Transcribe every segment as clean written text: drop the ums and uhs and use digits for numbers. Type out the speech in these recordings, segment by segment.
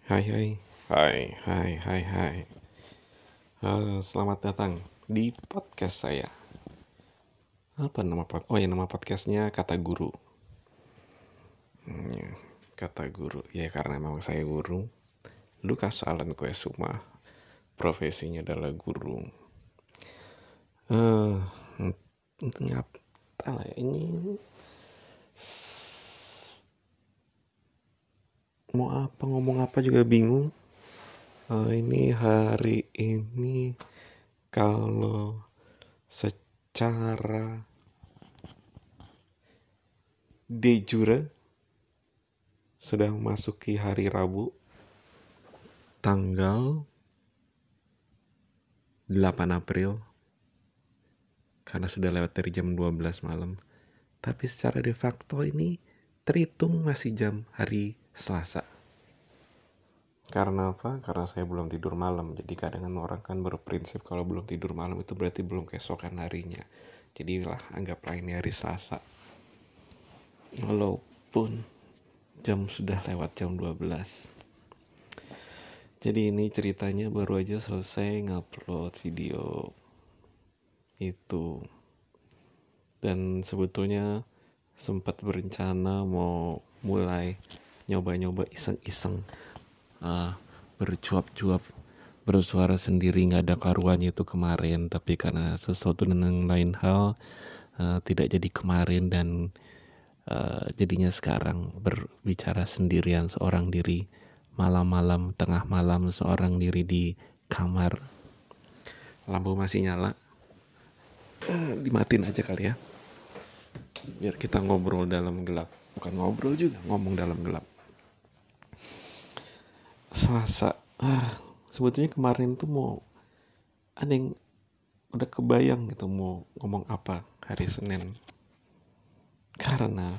Hai hai hai hai hai hai. Selamat datang di podcast saya. Apa nama nama podcastnya Kata Guru. Ya, Kata Guru. Ya karena memang saya guru. Lukas Alan Koesuma. Profesinya adalah guru. Eh, ngapa lah ya ini? Mau apa ngomong apa juga bingung. Ini hari ini kalau secara de jure sudah memasuki hari Rabu tanggal 8 April karena sudah lewat dari jam 12 malam. Tapi secara de facto ini terhitung masih jam hari Selasa. Karena apa? Karena saya belum tidur malam. Jadi kadang orang kan berprinsip kalau belum tidur malam itu berarti belum keesokan harinya. Jadilah anggaplah ini hari Selasa. Walaupun jam sudah lewat jam 12. Jadi ini ceritanya baru aja selesai ngupload video itu. Dan sebetulnya sempat berencana mau mulai nyoba-nyoba iseng-iseng bercuap-cuap bersuara sendiri nggak ada karuannya itu kemarin, tapi karena sesuatu dan yang lain hal tidak jadi kemarin dan jadinya sekarang berbicara sendirian seorang diri malam-malam tengah malam seorang diri di kamar, lampu masih nyala, dimatiin aja kali ya biar kita ngobrol dalam gelap. Bukan ngobrol juga, ngomong dalam gelap. Selasa. Sebetulnya kemarin tuh mau ada yang udah kebayang gitu mau ngomong apa hari Senin. Karena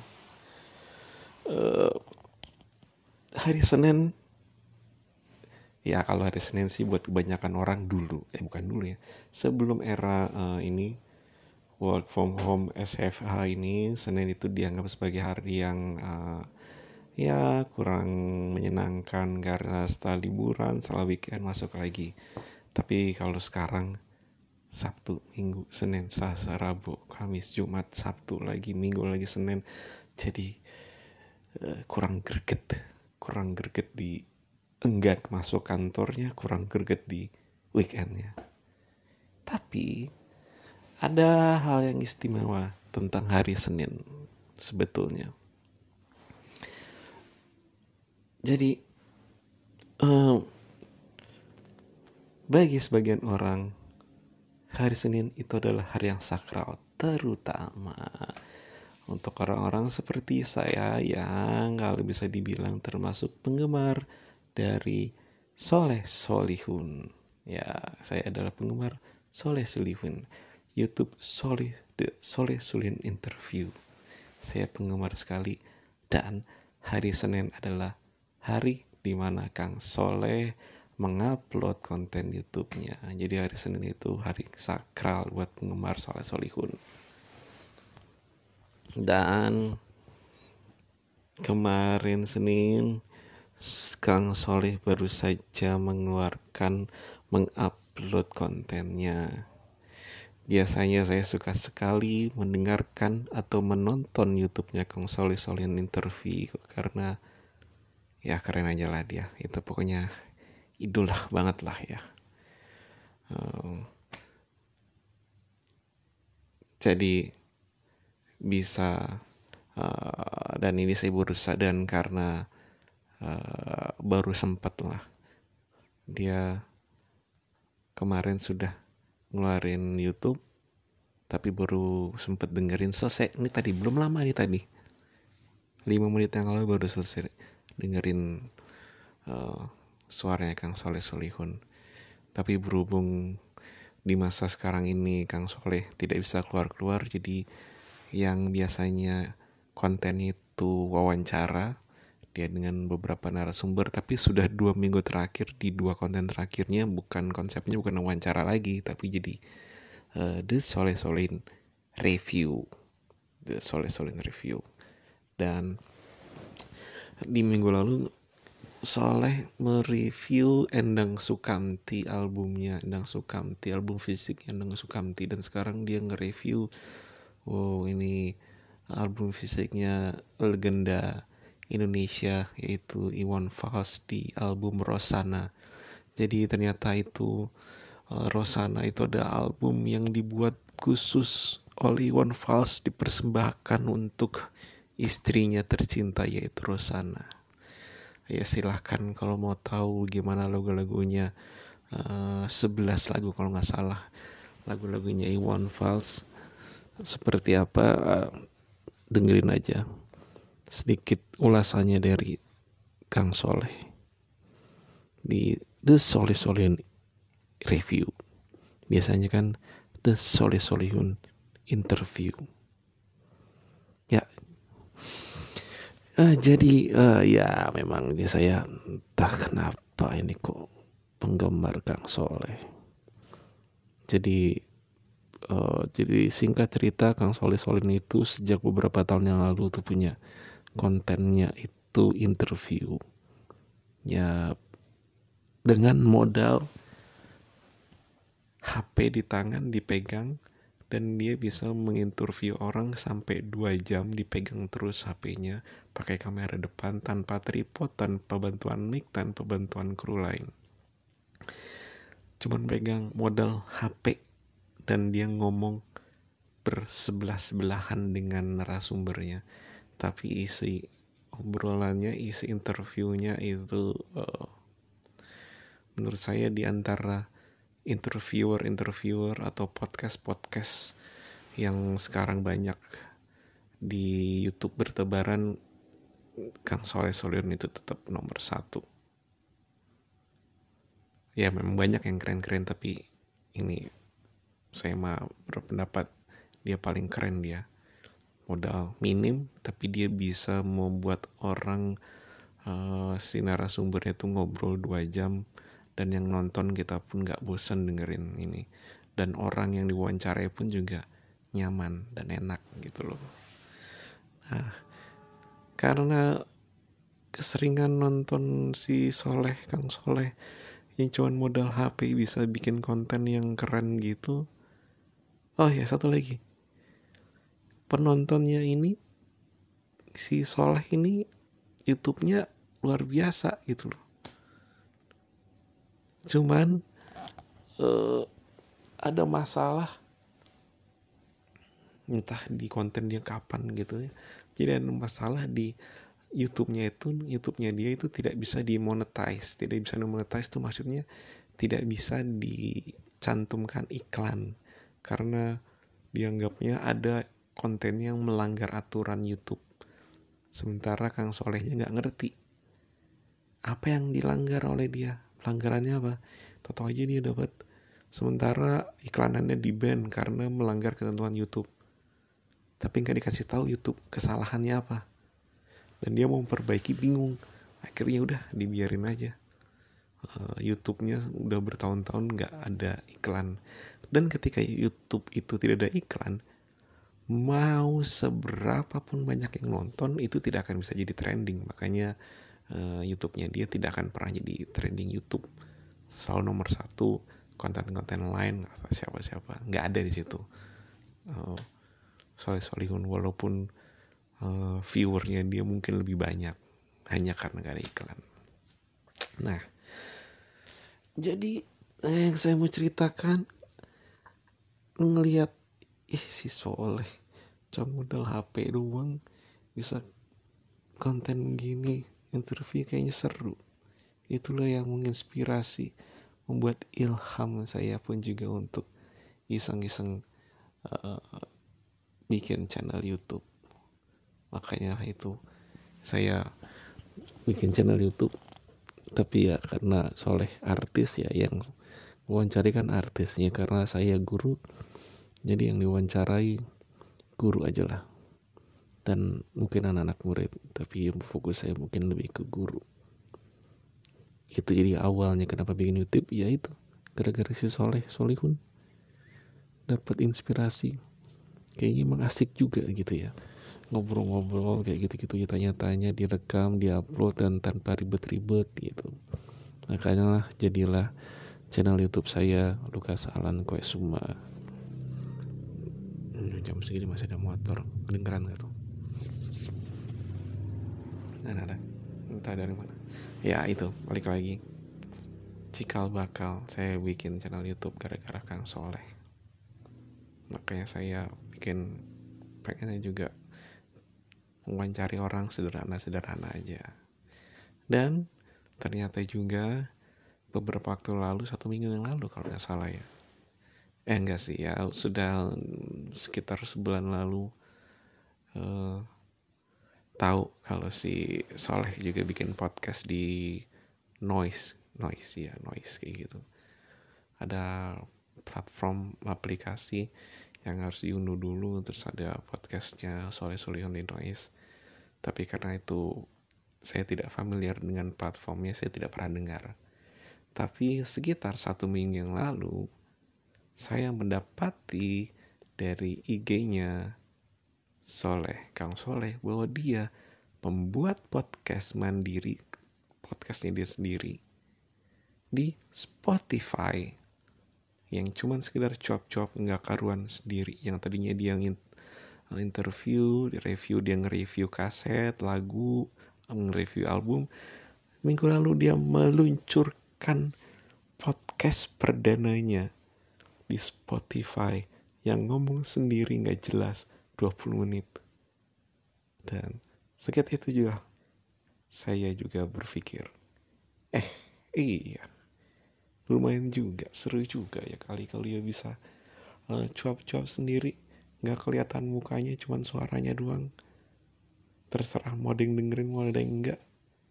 hari Senin, ya kalau hari Senin sih buat kebanyakan orang dulu, bukan dulu ya, sebelum era ini work from home SFH ini, Senin itu dianggap sebagai hari yang ya kurang menyenangkan karena setelah liburan, setelah weekend masuk lagi. Tapi kalau sekarang Sabtu, Minggu, Senin, Selasa, Rabu, Kamis, Jumat, Sabtu lagi, Minggu lagi, Senin, jadi kurang greget di enggan masuk kantornya, kurang greget di weekendnya. Tapi ada hal yang istimewa tentang hari Senin sebetulnya. Jadi bagi sebagian orang hari Senin itu adalah hari yang sakral, terutama untuk orang-orang seperti saya yang kalau bisa dibilang termasuk penggemar dari Soleh Solihun. Ya, saya adalah penggemar Soleh Solihun. YouTube Soleh Solihun Interview. Saya penggemar sekali dan hari Senin adalah hari di mana Kang Soleh mengupload konten YouTube-nya. Jadi hari Senin itu hari sakral buat penggemar Soleh Solihun. Dan kemarin Senin Kang Soleh baru saja mengupload kontennya. Biasanya saya suka sekali mendengarkan atau menonton YouTube-nya Kang Soleh Solihin Interview karena ya keren aja lah dia. Itu pokoknya idola banget lah ya. Jadi bisa dan ini saya berusaha dan karena baru sempat lah dia kemarin sudah ngeluarin YouTube tapi baru sempat dengerin selesai ini tadi, belum lama nih tadi 5 menit yang lalu baru selesai dengerin suaranya Kang Soleh Solihun. Tapi berhubung di masa sekarang ini Kang Soleh tidak bisa keluar-keluar, jadi yang biasanya kontennya itu wawancara dia dengan beberapa narasumber, tapi sudah 2 minggu terakhir di 2 konten terakhirnya konsepnya bukan wawancara lagi, tapi jadi The Soleh Solihin Review. The Soleh Solihin Review. Dan di minggu lalu Soleh mereview Endang Sukamti, albumnya Endang Sukamti, album fisik Endang Sukamti, dan sekarang dia nge-review ini album fisiknya legenda Indonesia yaitu Iwan Fals di album Rosana. Jadi ternyata itu Rosana itu ada album yang dibuat khusus oleh Iwan Fals, dipersembahkan untuk istrinya tercinta yaitu Rosana. Ya silahkan kalau mau tahu gimana lagu-lagunya, 11 lagu kalau nggak salah lagu-lagunya Iwan Fals seperti apa, dengerin aja sedikit ulasannya dari Kang Soleh di The Soleh Solihun Review. Biasanya kan The Soleh Solihun Interview. Ya, jadi ya memang ini saya entah kenapa ini kok penggemar Kang Soleh. Jadi singkat cerita, Kang Soleh Solin itu sejak beberapa tahun yang lalu tuh punya kontennya itu interview. Ya dengan modal HP di tangan dipegang, dan dia bisa menginterview orang sampai 2 jam dipegang terus HP-nya pakai kamera depan tanpa tripod, tanpa bantuan mic, tanpa bantuan kru lain. Cuman pegang modal HP dan dia ngomong bersebelah-sebelahan dengan narasumbernya. Tapi isi obrolannya, isi interviewnya itu menurut saya di antara interviewer atau podcast yang sekarang banyak di YouTube bertebaran, Kang Soleh Solihun itu tetap nomor 1. Ya memang banyak yang keren-keren, tapi ini saya mah berpendapat dia paling keren. Dia modal minim tapi dia bisa membuat orang, si narasumbernya tuh ngobrol 2 jam, dan yang nonton kita pun gak bosan dengerin ini, dan orang yang diwawancarai pun juga nyaman dan enak gitu loh. Nah, karena keseringan nonton si Soleh, Kang Soleh yang cuman modal HP bisa bikin konten yang keren gitu. Oh ya, satu lagi, penontonnya ini, si Soleh ini YouTube-nya luar biasa gitu loh. Cuman ada masalah entah di konten dia kapan gitu ya. Jadi ada masalah di YouTube-nya dia itu tidak bisa dimonetize. Tidak bisa dimonetize itu maksudnya tidak bisa dicantumkan iklan, karena dianggapnya ada konten yang melanggar aturan YouTube. Sementara Kang Solehnya nggak ngerti apa yang dilanggar oleh dia. Pelanggarannya apa? Tahu aja dia dapat. Sementara iklanannya di-ban karena melanggar ketentuan YouTube. Tapi nggak dikasih tahu YouTube kesalahannya apa. Dan dia mau memperbaiki bingung. Akhirnya udah dibiarin aja. YouTube-nya udah bertahun-tahun nggak ada iklan. Dan ketika YouTube itu tidak ada iklan, mau seberapa pun banyak yang nonton itu tidak akan bisa jadi trending. Makanya YouTube-nya dia tidak akan pernah jadi trending YouTube. Selalu nomor 1, konten-konten lain siapa-siapa nggak ada di situ. Soleh Solihun walaupun viewernya dia mungkin lebih banyak, hanya karena gak ada iklan. Nah, jadi yang saya mau ceritakan, ngelihat si Soleh cuma modal HP doang bisa konten gini, interview kayaknya seru. Itulah yang menginspirasi, membuat ilham saya pun juga untuk iseng-iseng bikin channel YouTube. Makanya itu saya bikin channel YouTube. Tapi ya karena Soleh artis ya, yang wawancari kan artisnya, karena saya guru jadi yang diwawancarai guru aja lah, dan mungkin anak-anak murid, tapi fokus saya mungkin lebih ke guru. Itu jadi awalnya kenapa bikin YouTube, ya itu gara-gara si Soleh Solihun dapat inspirasi, kayaknya emang asik juga gitu ya ngobrol-ngobrol kayak gitu-gitu ya, tanya-tanya, direkam, diupload dan tanpa ribet-ribet gitu. Makanya lah jadilah channel YouTube saya Lukas Alan Koesuma. Jam segini masih ada motor, kedengeran gak tuh? Ada entah dari mana. Ya itu, balik lagi, cikal bakal saya bikin channel YouTube gara-gara Kang Soleh. Makanya saya bikin, pengennya juga mewawancari orang sederhana-sederhana aja. Dan ternyata juga beberapa waktu lalu, 1 minggu yang lalu kalau nggak salah ya, enggak sih ya, sudah sekitar sebulan lalu, tahu kalau si Soleh juga bikin podcast di Noise kayak gitu. Ada platform aplikasi yang harus diunduh dulu, terus ada podcastnya Soleh Solihun di Noise. Tapi karena itu saya tidak familiar dengan platformnya, saya tidak pernah dengar. Tapi sekitar 1 minggu yang lalu, saya mendapati dari IG-nya Kang Soleh, bahwa dia membuat podcast mandiri, podcastnya dia sendiri di Spotify, yang cuman sekedar cuap-cuap nggak karuan sendiri. Yang tadinya dia interview, review, dia nge-review kaset, lagu, nge-review album. Minggu lalu dia meluncurkan podcast perdananya di Spotify yang ngomong sendiri nggak jelas 20 menit. Dan sekitar itu juga saya juga berpikir, iya, lumayan juga, seru juga ya kali dia bisa cuap-cuap sendiri, nggak kelihatan mukanya, cuman suaranya doang. Terserah mau ada yang dengerin, mau ada yang nggak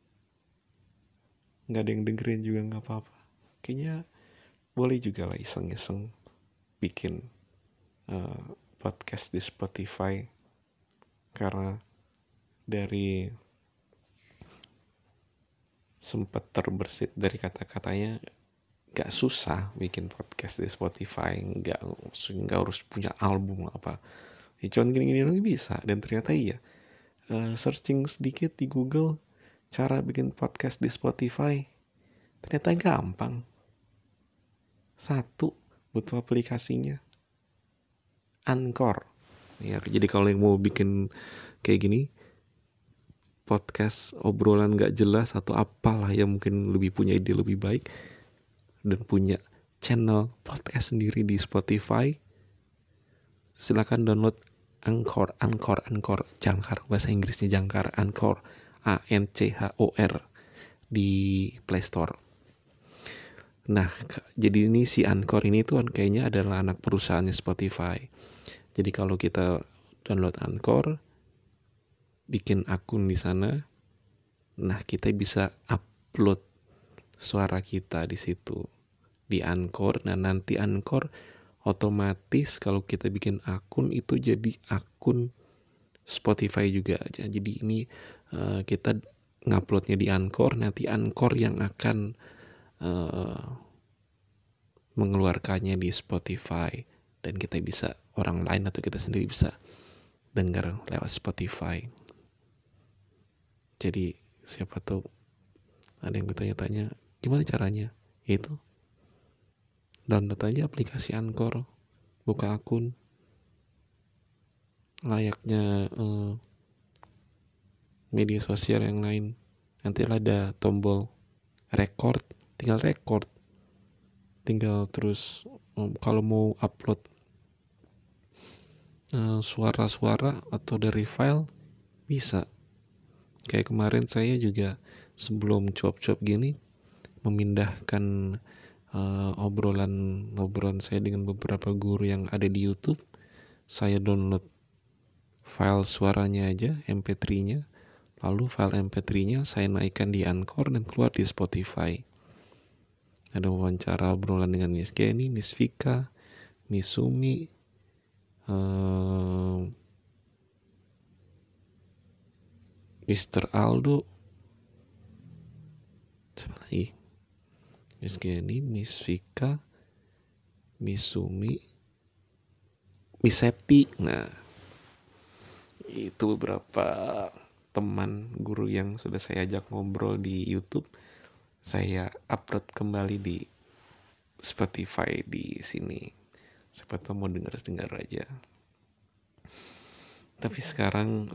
ada yang dengerin juga nggak apa-apa. Kayaknya boleh juga lah iseng-iseng bikin podcast di Spotify, karena dari sempat terbersit dari kata-katanya, gak susah bikin podcast di Spotify, gak harus punya album apa, ya cuman gini-gini lagi bisa. Dan ternyata iya, searching sedikit di Google cara bikin podcast di Spotify, ternyata gampang. Satu, butuh aplikasinya, Anchor ya. Jadi kalau yang mau bikin kayak gini, podcast obrolan gak jelas atau apalah yang mungkin lebih punya ide lebih baik dan punya channel podcast sendiri di Spotify, silakan download Anchor, Jangkar, bahasa Inggrisnya Jangkar, Anchor, ANCHOR di Play Store. Nah, jadi ini si Anchor ini tuh kayaknya adalah anak perusahaannya Spotify. Jadi kalau kita download Anchor, bikin akun di sana, nah kita bisa upload suara kita di situ di Anchor. Nah nanti Anchor otomatis kalau kita bikin akun itu jadi akun Spotify juga. Jadi ini kita nguploadnya di Anchor, nanti Anchor yang akan mengeluarkannya di Spotify, dan kita bisa, orang lain atau kita sendiri bisa dengar lewat Spotify. Jadi siapa tahu ada yang bertanya-tanya gimana caranya, itu download aja aplikasi Anchor, buka akun layaknya media sosial yang lain. Nanti ada tombol record, tinggal record, tinggal terus kalau mau upload suara-suara atau dari file bisa. Kayak kemarin saya juga sebelum cuap-cuap gini memindahkan obrolan saya dengan beberapa guru yang ada di YouTube. Saya download file suaranya aja, MP3-nya, lalu file MP3-nya saya naikkan di Anchor dan keluar di Spotify. Ada wawancara obrolan dengan Miss Kenny, Miss Vika, Miss Sumi, Mr. Aldo, siapa lagi? Miss Kenny, Miss Vika, Miss Sumi, Miss Septi. Nah, itu beberapa teman guru yang sudah saya ajak ngobrol di YouTube, saya upload kembali di Spotify di sini. Siapa tahu mau dengar aja. Tapi sekarang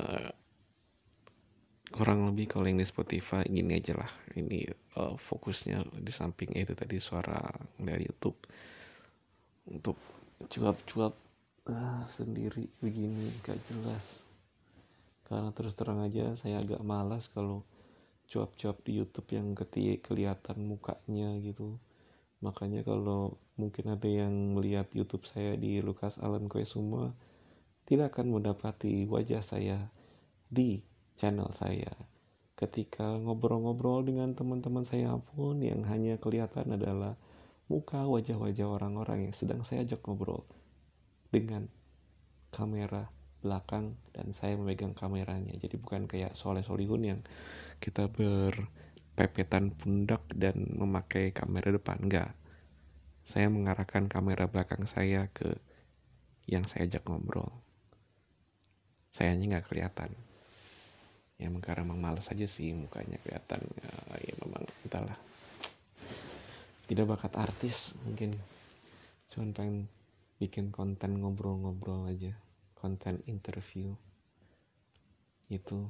kurang lebih kalau yang di Spotify gini aja lah. Ini fokusnya di samping itu tadi suara dari YouTube untuk cuap-cuap sendiri begini gak jelas. Karena terus terang aja saya agak malas kalau cuap-cuap di YouTube yang kelihatan mukanya gitu. Makanya kalau mungkin ada yang melihat YouTube saya di Lukas Alan Koesuma, tidak akan mendapati wajah saya di channel saya. Ketika ngobrol-ngobrol dengan teman-teman saya pun yang hanya kelihatan adalah muka wajah-wajah orang-orang yang sedang saya ajak ngobrol dengan kamera belakang dan saya memegang kameranya. Jadi bukan kayak Soleh Solihun yang kita berpepetan pundak dan memakai kamera depan, enggak. Saya mengarahkan kamera belakang saya ke yang saya ajak ngobrol. Sayanya nggak kelihatan. Ya karena emang malas aja sih mukanya kelihatan. Ya memang entahlah. Tidak bakat artis mungkin. Cuman pengen bikin konten ngobrol-ngobrol aja. Konten interview. Itu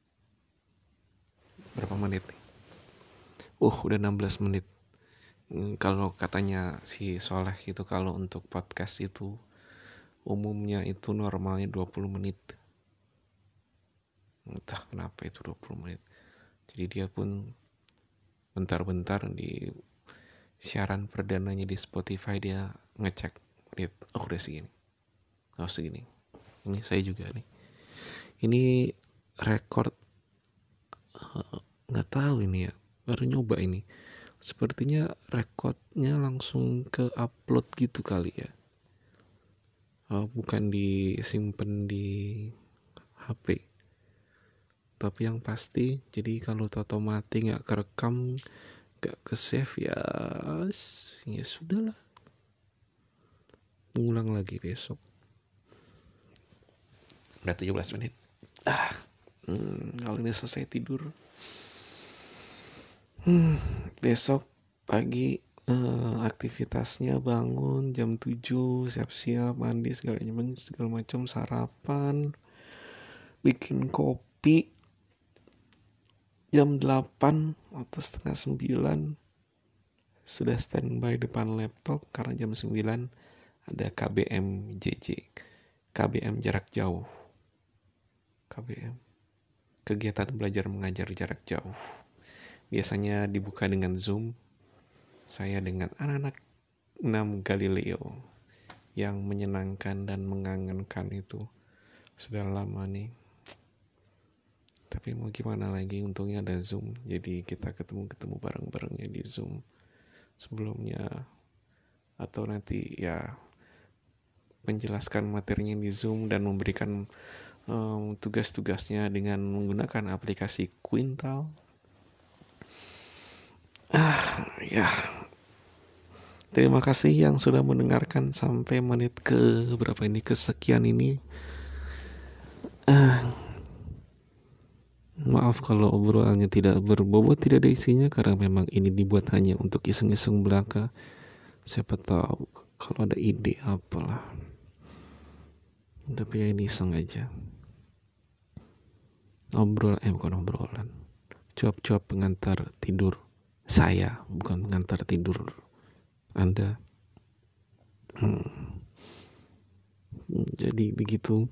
berapa menit nih? Udah 16 menit. Kalau katanya si Soleh itu kalau untuk podcast itu umumnya itu normalnya 20 menit. Entah kenapa itu 20 menit. Jadi dia pun bentar-bentar di siaran perdananya di Spotify dia ngecek, lihat, udah segini. Segini. Ini saya juga nih. Ini record nggak tahu ini ya. Baru nyoba ini. Sepertinya recordnya langsung ke upload gitu kali ya. Bukan disimpan di HP. Tapi yang pasti, jadi kalau tato mati nggak kerekam, nggak ke save ya sudahlah. Mengulang lagi besok. Udah 17 menit. Kalau ini selesai tidur. Besok pagi aktivitasnya bangun jam 7, siap-siap, mandi segala macam, sarapan, bikin kopi. Jam 8 atau setengah 9 sudah standby depan laptop karena jam 9 ada KBM JJ. KBM jarak jauh. KBM. Kegiatan belajar mengajar jarak jauh. Biasanya dibuka dengan Zoom. Saya dengan anak-anak 6 Galileo yang menyenangkan dan mengangenkan itu. Sudah lama nih. Tapi mau gimana lagi, untungnya ada Zoom. Jadi kita ketemu bareng-barengnya di Zoom sebelumnya. Atau nanti ya menjelaskan materinya di Zoom dan memberikan tugas-tugasnya dengan menggunakan aplikasi Quintal. Ya. Terima kasih yang sudah mendengarkan sampai menit ke berapa ini, kesekian ini. Maaf kalau obrolannya tidak berbobot, tidak ada isinya, karena memang ini dibuat hanya untuk iseng-iseng belaka. Siapa tahu kalau ada ide apalah. Tapi ya ini iseng aja. Bukan obrolan. Cuap-cuap pengantar tidur saya, bukan pengantar tidur Anda. Jadi begitu.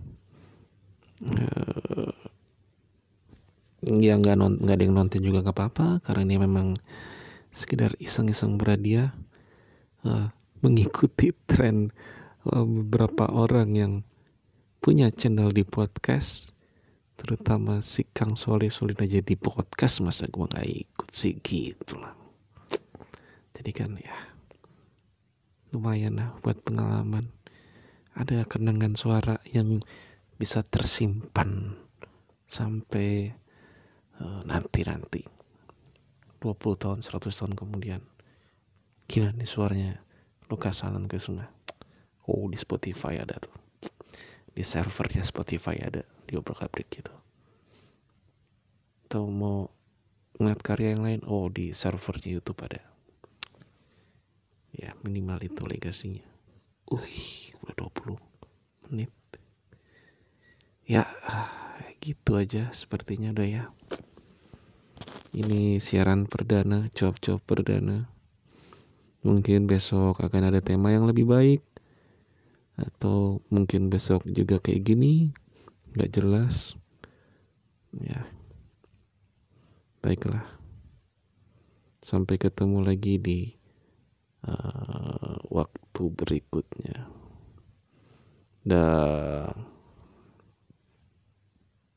Ya nggak ada yang nonton juga nggak apa-apa, karena ini memang sekedar iseng-iseng beradia, mengikuti tren beberapa orang yang punya channel di podcast, terutama si Kang Soleh aja di podcast, masa gue nggak ikut sih gitu lah. Jadi kan ya lumayan lah buat pengalaman, ada kenangan suara yang bisa tersimpan sampai nanti 20 tahun 100 tahun kemudian. Gila nih suaranya Lukas Alan Koesuma. Di Spotify ada tuh. di servernya Spotify ada di obrak-abrik gitu. Atau mau ngeliat karya yang lain, di servernya YouTube ada. Ya minimal itu legasinya. Udah 20 menit. Ya gitu aja sepertinya udah ya. Ini siaran perdana, cuap-cuap perdana. Mungkin besok akan ada tema yang lebih baik, atau mungkin besok juga kayak gini, gak jelas. Ya, baiklah. Sampai ketemu lagi di waktu berikutnya. Dah.